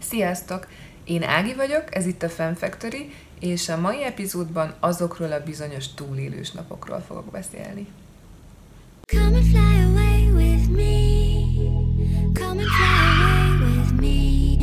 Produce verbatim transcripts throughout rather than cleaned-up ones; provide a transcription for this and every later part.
Sziasztok! Én Ági vagyok, ez itt a Fan Factory, és a mai epizódban azokról a bizonyos túlélős napokról fogok beszélni. Come and fly away with me. Come and fly away with me.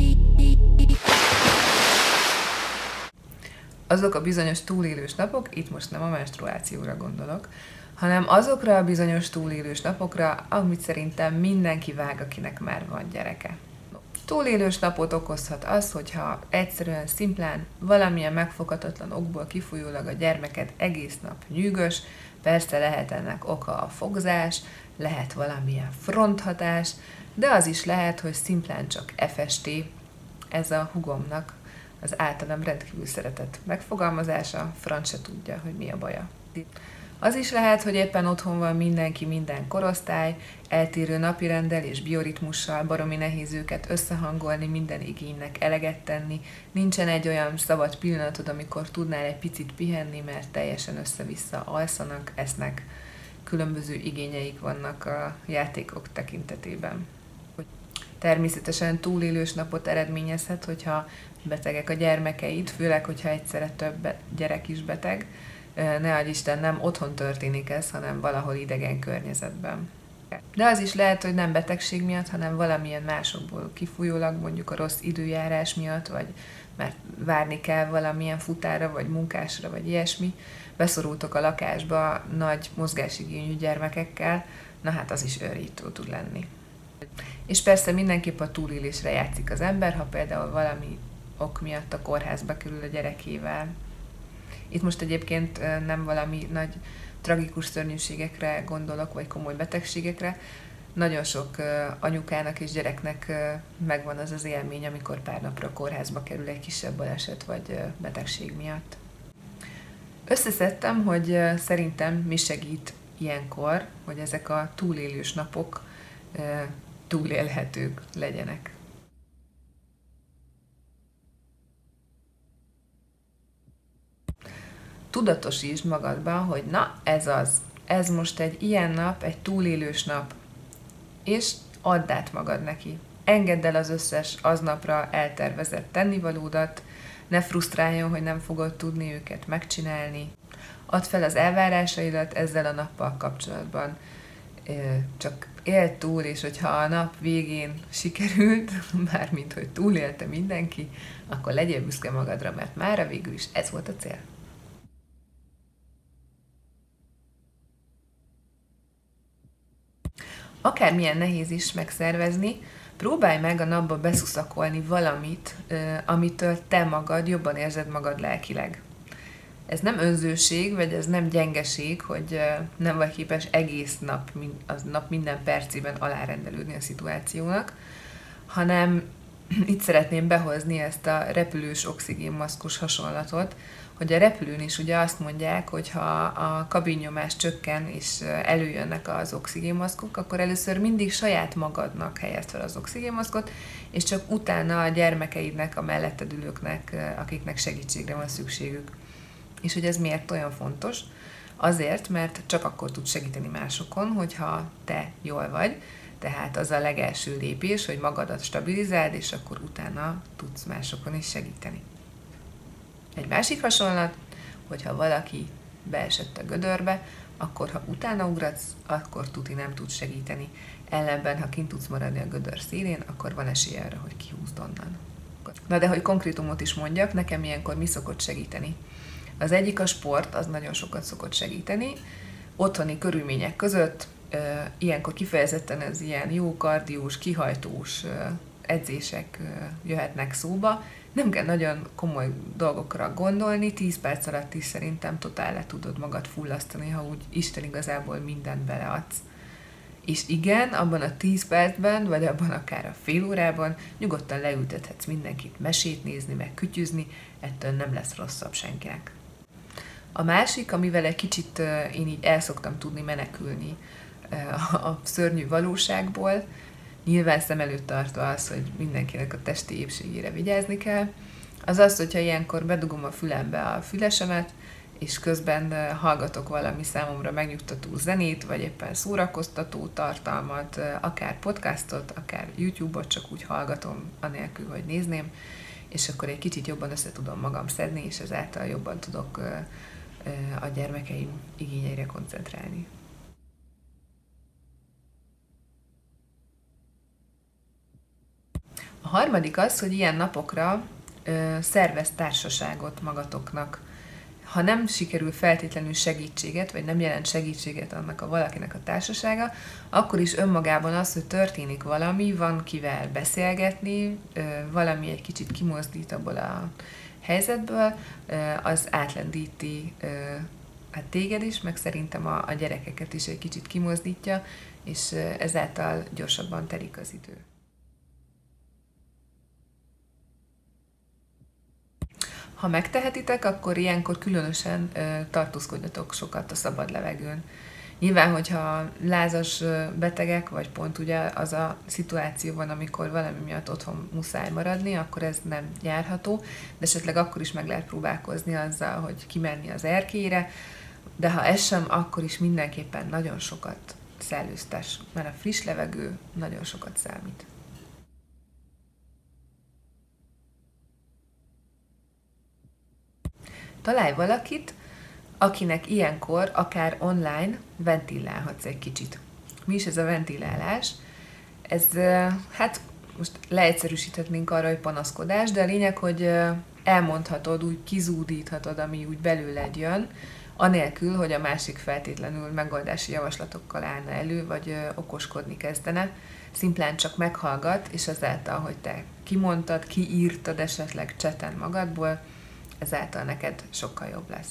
Azok a bizonyos túlélős napok, itt most nem a menstruációra gondolok, hanem azokra a bizonyos túlélős napokra, amit szerintem mindenki vág, akinek már van gyereke. Túlélős napot okozhat az, hogyha egyszerűen szimplán valamilyen megfoghatatlan okból kifolyólag a gyermeked egész nap nyűgös, persze lehet ennek oka a fogzás, lehet valamilyen fronthatás, de az is lehet, hogy szimplán csak ef es té, ez a hugomnak az általam rendkívül szeretett megfogalmazása, franc se tudja, hogy mi a baja. Az is lehet, hogy éppen otthon van mindenki, minden korosztály, eltérő napirenddel és bioritmussal, baromi nehéz őket összehangolni, minden igénynek eleget tenni, nincsen egy olyan szabad pillanatod, amikor tudnál egy picit pihenni, mert teljesen össze-vissza alszanak, esznek, különböző igényeik vannak a játékok tekintetében. Természetesen túlélős napot eredményezhet, hogyha betegek a gyermekeid, főleg, hogyha egyszerre több gyerek is beteg, ne adj Isten, nem otthon történik ez, hanem valahol idegen környezetben. De az is lehet, hogy nem betegség miatt, hanem valamilyen másokból kifolyólag, mondjuk a rossz időjárás miatt, vagy mert várni kell valamilyen futára, vagy munkásra, vagy ilyesmi. Beszorultok a lakásba nagy mozgásigényű gyermekekkel, na hát az is őrítő tud lenni. És persze mindenképp a túlélésre játszik az ember, ha például valami ok miatt a kórházba kerül a gyerekével. Itt most egyébként nem valami nagy tragikus szörnyűségekre gondolok, vagy komoly betegségekre. Nagyon sok anyukának és gyereknek megvan az az élmény, amikor pár napra kórházba kerül egy kisebb baleset vagy betegség miatt. Összeszedtem, hogy szerintem mi segít ilyenkor, hogy ezek a túlélős napok túlélhetők legyenek. Tudatosítsd magadban, hogy na, ez az, ez most egy ilyen nap, egy túlélős nap, és add át magad neki. Engedd el az összes aznapra eltervezett tennivalódat, ne frusztráljon, hogy nem fogod tudni őket megcsinálni. Add fel az elvárásaidat ezzel a nappal kapcsolatban. Csak éld túl, és hogyha a nap végén sikerült, mármint hogy túlélte mindenki, akkor legyél büszke magadra, mert mára végül is ez volt a cél. Akármilyen nehéz is megszervezni, próbálj meg a napba beszuszakolni valamit, amitől te magad jobban érzed magad lelkileg. Ez nem önzőség, vagy ez nem gyengeség, hogy nem vagy képes egész nap, az nap minden percében alárendelődni a szituációnak, hanem itt szeretném behozni ezt a repülős oxigénmaszkos hasonlatot, hogy a repülőn is ugye azt mondják, hogy ha a kabinnyomás csökken és előjönnek az oxigénmaszkok, akkor először mindig saját magadnak helyezd fel az oxigénmaszkot, és csak utána a gyermekeidnek, a melletted ülőknek, akiknek segítségre van szükségük. És hogy ez miért olyan fontos? Azért, mert csak akkor tud segíteni másokon, hogyha te jól vagy, tehát az a legelső lépés, hogy magadat stabilizáld, és akkor utána tudsz másokon is segíteni. Egy másik hasonlat, hogyha valaki beesett a gödörbe, akkor ha utána ugratsz, akkor tuti nem tud segíteni. Ellenben, ha kint tudsz maradni a gödör szélén, akkor van esély arra, hogy kihúzd onnan. Na de hogy konkrétumot is mondjak, nekem ilyenkor mi szokott segíteni? Az egyik a sport, az nagyon sokat szokott segíteni. Otthoni körülmények között ilyenkor kifejezetten ez ilyen jó kardiós, kihajtós edzések jöhetnek szóba. Nem kell nagyon komoly dolgokra gondolni, tíz perc alatt is szerintem totál le tudod magad fullasztani, ha úgy Isten igazából mindent beleadsz. És igen, abban a tíz percben, vagy abban akár a fél órában nyugodtan leültethetsz mindenkit mesét nézni, meg kütyüzni, ettől nem lesz rosszabb senkinek. A másik, amivel egy kicsit én így el szoktam tudni menekülni a szörnyű valóságból, nyilván szem előtt tartva az, hogy mindenkinek a testi épségére vigyázni kell, az az, hogyha ilyenkor bedugom a fülembe a fülesemet, és közben hallgatok valami számomra megnyugtató zenét, vagy éppen szórakoztató tartalmat, akár podcastot, akár YouTube-ot, csak úgy hallgatom, anélkül, hogy nézném, és akkor egy kicsit jobban össze tudom magam szedni, és ezáltal jobban tudok a gyermekeim igényeire koncentrálni. A harmadik az, hogy ilyen napokra szervez társaságot magatoknak. Ha nem sikerül feltétlenül segítséget, vagy nem jelent segítséget annak a valakinek a társasága, akkor is önmagában az, hogy történik valami, van kivel beszélgetni, valami egy kicsit kimozdít abból a helyzetből, az átlendíti hát téged is, meg szerintem a, a gyerekeket is egy kicsit kimozdítja, és ezáltal gyorsabban telik az idő. Ha megtehetitek, akkor ilyenkor különösen ö, tartózkodjatok sokat a szabad levegőn. Nyilván, hogyha lázas betegek, vagy pont ugye az a szituáció van, amikor valami miatt otthon muszáj maradni, akkor ez nem járható, de esetleg akkor is meg lehet próbálkozni azzal, hogy kimenni az erkélyre, de ha ez sem, akkor is mindenképpen nagyon sokat szellőztes, mert a friss levegő nagyon sokat számít. Találj valakit, akinek ilyenkor akár online ventilálhatsz egy kicsit. Mi is ez a ventilálás? Ez, hát most leegyszerűsíthetnénk arra, hogy panaszkodás, de a lényeg, hogy elmondhatod, úgy kizúdíthatod, ami úgy belőled jön, anélkül, hogy a másik feltétlenül megoldási javaslatokkal állna elő, vagy okoskodni kezdene. Szimplán csak meghallgat, és azáltal, hogy te kimondtad, kiírtad esetleg cseten magadból, ezáltal neked sokkal jobb lesz.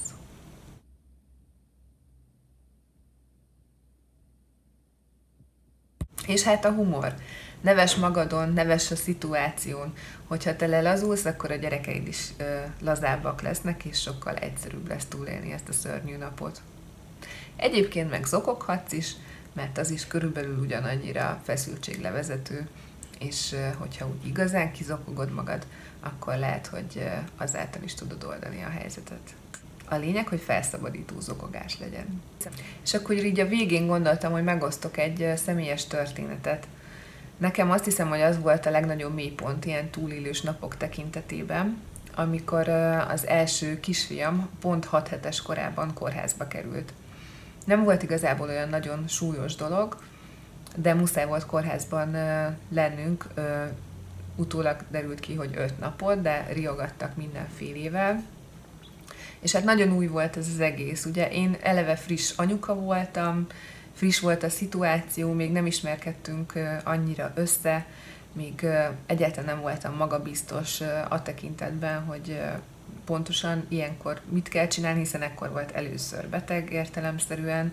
És hát a humor. Neves magadon, neves a szituáción. Hogyha te lelazulsz, akkor a gyerekeid is ö, lazábbak lesznek, és sokkal egyszerűbb lesz túlélni ezt a szörnyű napot. Egyébként meg zokoghatsz is, mert az is körülbelül ugyanannyira feszültséglevezető, és ö, hogyha úgy igazán kizokogod magad, akkor lehet, hogy azáltal is tudod oldani a helyzetet. A lényeg, hogy felszabadító zokogás legyen. És akkor így a végén gondoltam, hogy megosztok egy személyes történetet. Nekem azt hiszem, hogy az volt a legnagyobb mélypont ilyen túlélős napok tekintetében, amikor az első kisfiam pont hat hetes korában kórházba került. Nem volt igazából olyan nagyon súlyos dolog, de muszáj volt kórházban lennünk, utólag derült ki, hogy öt napot, de riogattak mindenfélével. És hát nagyon új volt ez az egész. Ugye én eleve friss anyuka voltam, friss volt a szituáció, még nem ismerkedtünk annyira össze, még egyáltalán nem voltam magabiztos a tekintetben, hogy pontosan ilyenkor mit kell csinálni, hiszen ekkor volt először beteg értelemszerűen.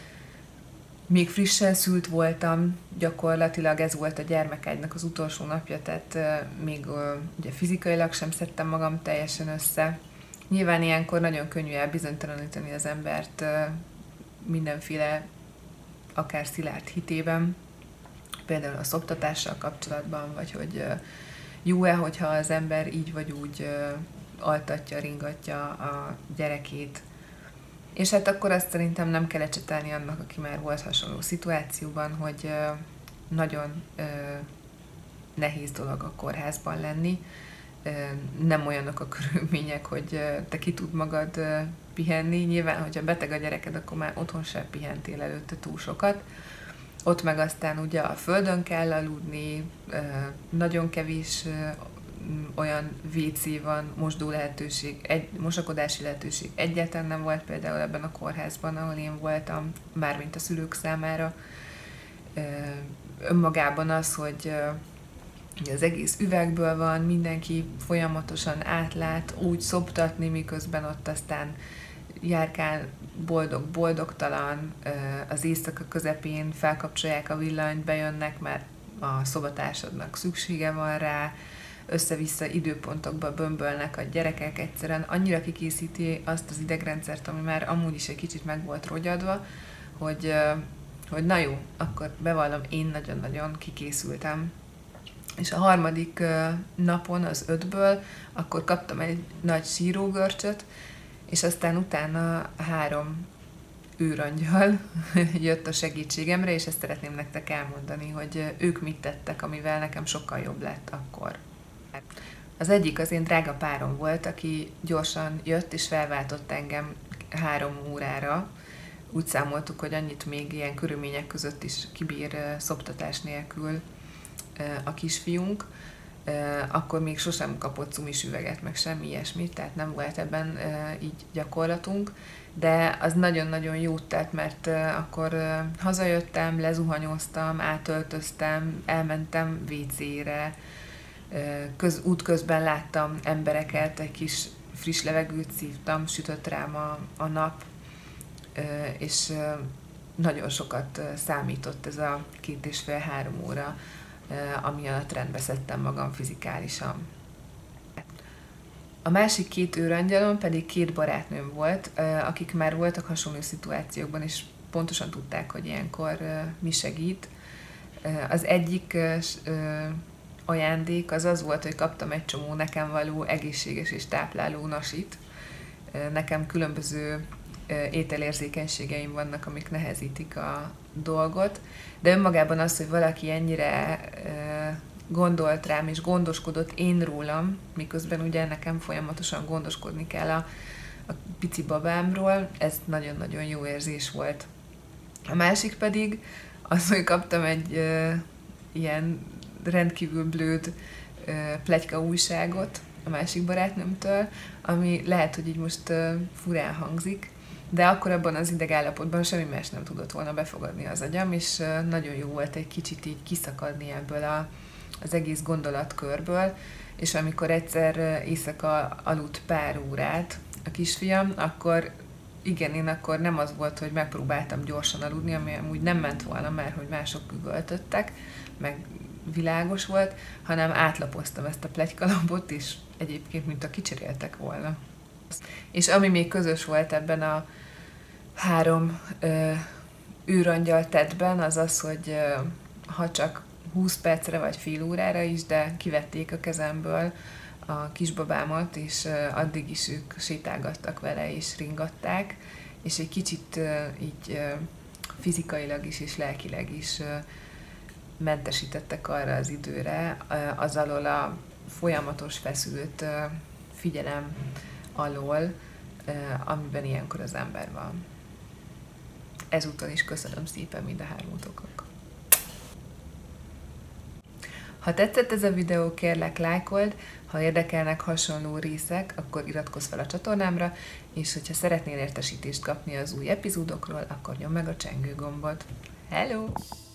Még frissen szült voltam, gyakorlatilag ez volt a gyermekágynak az utolsó napja, tehát még ugye fizikailag sem szedtem magam teljesen össze. Nyilván ilyenkor nagyon könnyű elbizonytalanítani az embert mindenféle, akár szilárd hitében, például a szoptatással kapcsolatban, vagy hogy jó-e, hogyha az ember így vagy úgy altatja, ringatja a gyerekét. És hát akkor azt szerintem nem kell ecsetelni annak, aki már volt hasonló szituációban, hogy nagyon nehéz dolog a kórházban lenni. Nem olyanok a körülmények, hogy te ki tud magad pihenni. Nyilván, hogyha beteg a gyereked, akkor már otthon sem pihentél előtte túl sokat. Ott meg aztán ugye a földön kell aludni, nagyon kevés olyan vé cé van, mosdó lehetőség, egy, mosakodási lehetőség egyáltalán nem volt például ebben a kórházban, ahol én voltam, mármint a szülők számára. Önmagában az, hogy az egész üvegből van, mindenki folyamatosan átlát, úgy szoptatni, miközben ott aztán járkál boldog-boldogtalan, az éjszaka közepén felkapcsolják a villanyt, bejönnek, mert a szobatársadnak szüksége van rá, össze-vissza időpontokba bömbölnek a gyerekek, egyszerűen annyira kikészíti azt az idegrendszert, ami már amúgy is egy kicsit meg volt rogyadva, hogy, hogy na jó, akkor bevallom, én nagyon-nagyon kikészültem. És a harmadik napon, az ötből, akkor kaptam egy nagy sírógörcsöt, és aztán utána három űrangyal jött a segítségemre, és ezt szeretném nektek elmondani, hogy ők mit tettek, amivel nekem sokkal jobb lett akkor. Az egyik az én drága párom volt, aki gyorsan jött és felváltott engem három órára. Úgy számoltuk, hogy annyit még ilyen körülmények között is kibír szoptatás nélkül a kisfiunk. Akkor még sosem kapott cumis üveget, meg semmi ilyesmit, tehát nem volt ebben így gyakorlatunk, de az nagyon-nagyon jót tett, mert akkor hazajöttem, lezuhanyoztam, átöltöztem, elmentem vécére, köz, útközben láttam embereket, egy kis friss levegőt szívtam, sütött rám a, a nap, és nagyon sokat számított ez a két és fél-három óra, ami alatt rendbe szedtem magam fizikálisan. A másik két őrangyalom pedig két barátnőm volt, akik már voltak hasonló szituációkban, és pontosan tudták, hogy ilyenkor mi segít. Az egyik ajándék az az volt, hogy kaptam egy csomó nekem való egészséges és tápláló nasit. Nekem különböző ételérzékenységeim vannak, amik nehezítik a dolgot, de önmagában az, hogy valaki ennyire gondolt rám és gondoskodott én rólam, miközben ugye nekem folyamatosan gondoskodni kell a, a pici babámról, ez nagyon-nagyon jó érzés volt. A másik pedig az, hogy kaptam egy uh, ilyen rendkívül blőd uh, pletyka újságot a másik barátnőmtől, ami lehet, hogy így most uh, furán hangzik, de akkor abban az idegállapotban semmi más nem tudott volna befogadni az agyam, és uh, nagyon jó volt egy kicsit így kiszakadni ebből a, az egész gondolatkörből, és amikor egyszer éjszaka aludt pár órát a kisfiam, akkor igen, én akkor nem az volt, hogy megpróbáltam gyorsan aludni, ami amúgy nem ment volna, mert hogy mások üvöltöttek, meg világos volt, hanem átlapoztam ezt a pletykalapot, és egyébként, mint a kicseréltek volna. És ami még közös volt ebben a három ö, űrangyal tettben, az az, hogy ö, ha csak húsz percre vagy fél órára is, de kivették a kezemből a kisbabámat, és ö, addig is ők sétálgattak vele és ringatták, és egy kicsit ö, így ö, fizikailag is és lelkileg is ö, mentesítettek arra az időre, ö, az alól a folyamatos feszült ö, figyelem alól, ö, amiben ilyenkor az ember van. Ezúttal is köszönöm szépen mind a hármótoknak. Ha tetszett ez a videó, kérlek lájkold, ha érdekelnek hasonló részek, akkor iratkozz fel a csatornámra, és hogyha szeretnél értesítést kapni az új epizódokról, akkor nyomd meg a csengő gombot. Hello!